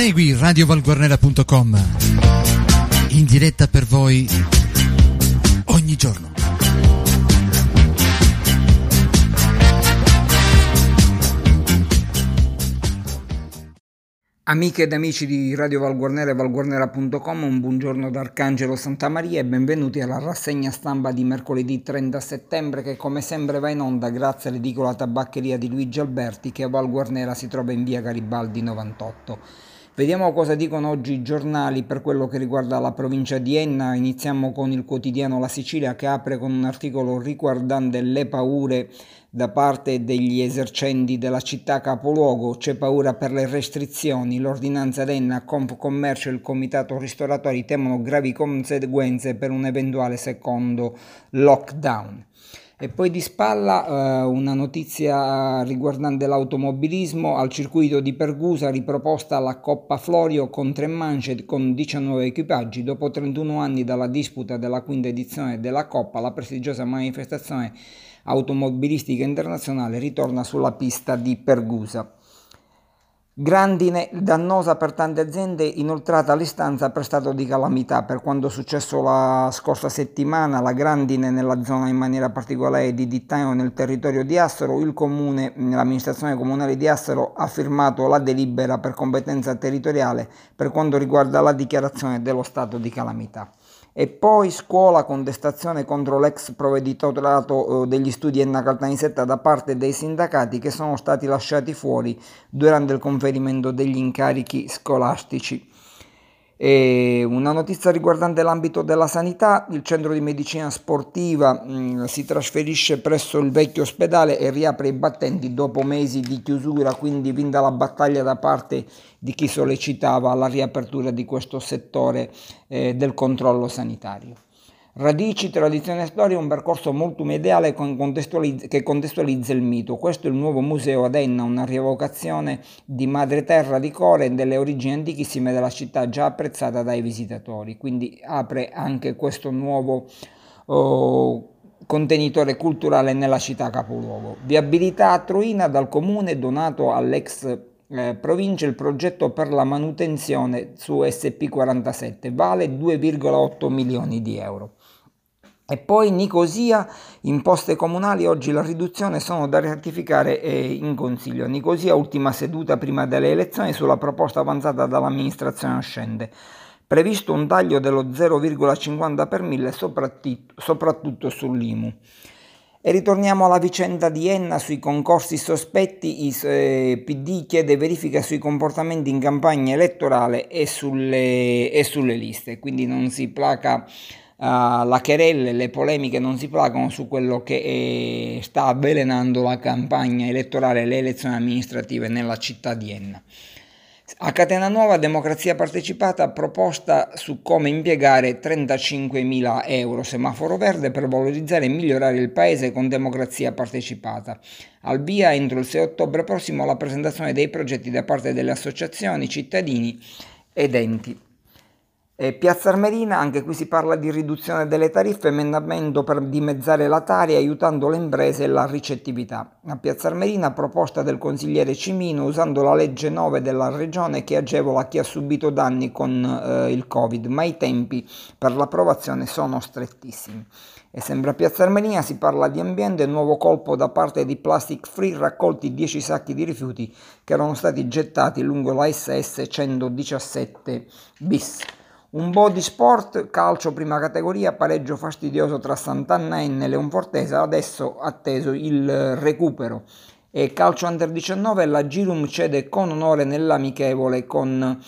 Segui radiovalguarnera.com in diretta per voi ogni giorno. Amiche ed amici di Radio Valguarnera e valguarnera.com, un buongiorno da Arcangelo Santamaria e benvenuti alla rassegna stampa di mercoledì 30 settembre che come sempre va in onda grazie all'edicola tabaccheria di Luigi Alberti che a Valguarnera si trova in via Garibaldi 98. Vediamo cosa dicono oggi i giornali per quello che riguarda la provincia di Enna. Iniziamo con il quotidiano La Sicilia che apre con un articolo riguardante le paure da parte degli esercenti della città capoluogo. C'è paura per le restrizioni, l'ordinanza d'Enna, Confcommercio e il comitato ristoratori temono gravi conseguenze per un eventuale secondo lockdown. E poi di spalla una notizia riguardante l'automobilismo. Al circuito di Pergusa riproposta la Coppa Florio con 3 mance con 19 equipaggi. Dopo 31 anni dalla disputa della quinta edizione della Coppa, la prestigiosa manifestazione automobilistica internazionale ritorna sulla pista di Pergusa. Grandine dannosa per tante aziende, inoltrata all'istanza per stato di calamità. Per quanto successo la scorsa settimana, la grandine nella zona in maniera particolare di Dittaino nel territorio di Assero, il comune, l'amministrazione comunale di Assero ha firmato la delibera per competenza territoriale per quanto riguarda la dichiarazione dello stato di calamità. E poi scuola, contestazione contro l'ex provveditorato degli studi Enna Caltanissetta da parte dei sindacati che sono stati lasciati fuori durante il conferimento degli incarichi scolastici. E una notizia riguardante l'ambito della sanità: il centro di medicina sportiva si trasferisce presso il vecchio ospedale e riapre i battenti dopo mesi di chiusura, quindi vinta la battaglia da parte di chi sollecitava la riapertura di questo settore del controllo sanitario. Radici, tradizione e storia, un percorso multimediale che contestualizza il mito. Questo è il nuovo museo ad Enna, una rievocazione di madreterra di Core e delle origini antichissime della città già apprezzata dai visitatori. Quindi apre anche questo nuovo contenitore culturale nella città capoluogo. Viabilità a Troina dal comune donato all'ex provincia il progetto per la manutenzione su SP47 vale 2,8 milioni di euro. E poi Nicosia, imposte comunali, oggi la riduzione sono da ratificare in Consiglio. Nicosia, ultima seduta prima delle elezioni sulla proposta avanzata dall'amministrazione uscente. Previsto un taglio dello 0,50 per mille soprattutto sull'IMU. E ritorniamo alla vicenda di Enna sui concorsi sospetti. PD chiede verifica sui comportamenti in campagna elettorale e sulle liste, quindi non si placa la querelle, le polemiche non si placano su quello che sta avvelenando la campagna elettorale e le elezioni amministrative nella città di Enna. A Catena Nuova, democrazia partecipata, proposta su come impiegare 35.000 euro, semaforo verde per valorizzare e migliorare il paese con democrazia partecipata. Al via entro il 6 ottobre prossimo la presentazione dei progetti da parte delle associazioni, cittadini ed enti. Piazza Armerina, anche qui si parla di riduzione delle tariffe, emendamento per dimezzare la Tari aiutando le imprese e la ricettività. A Piazza Armerina, proposta del consigliere Cimino usando la legge 9 della regione che agevola chi ha subito danni con il Covid, ma i tempi per l'approvazione sono strettissimi. E sempre a Piazza Armerina si parla di ambiente, nuovo colpo da parte di Plastic Free, raccolti 10 sacchi di rifiuti che erano stati gettati lungo la SS 117 bis. Un po' di sport, calcio prima categoria, pareggio fastidioso tra Sant'Anna e Leonfortese, adesso atteso il recupero. E calcio under 19, la Girum cede con onore nell'amichevole con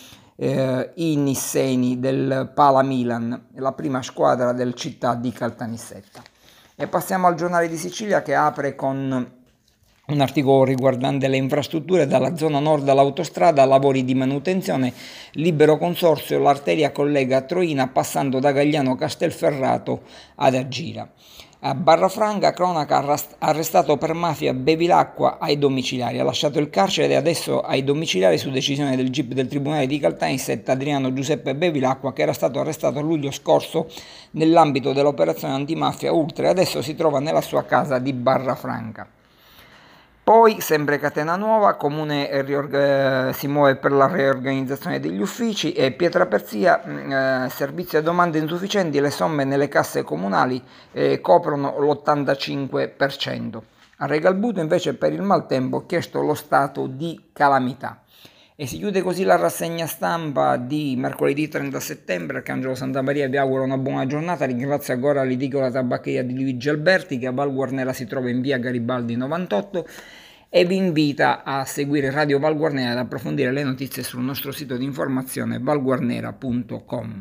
i nisseni del Pala Milan, la prima squadra del Città di Caltanissetta. E passiamo al Giornale di Sicilia che apre con un articolo riguardante le infrastrutture, dalla zona nord all'autostrada, lavori di manutenzione, libero consorzio, l'arteria collega Troina passando da Gagliano Castelferrato ad Agira. A Barrafranca, cronaca, arrestato per mafia Bevilacqua ai domiciliari, ha lasciato il carcere e adesso ai domiciliari su decisione del GIP del Tribunale di Caltanissetta Adriano Giuseppe Bevilacqua, che era stato arrestato a luglio scorso nell'ambito dell'operazione antimafia Ultra e adesso si trova nella sua casa di Barrafranca. Poi, sempre Catena Nuova, Comune si muove per la riorganizzazione degli uffici, e Pietraperzia, servizi a domande insufficienti, le somme nelle casse comunali coprono l'85%. A Regalbuto invece per il maltempo chiesto lo stato di calamità. E si chiude così la rassegna stampa di mercoledì 30 settembre. Arcangelo Santamaria vi augura una buona giornata. Ringrazio ancora l'edicola tabaccheria di Luigi Alberti, che a Val Guarnera si trova in via Garibaldi 98, e vi invita a seguire Radio Val Guarnera e ad approfondire le notizie sul nostro sito di informazione valguarnera.com.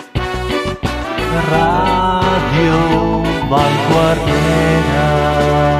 Radio Val Guarnera.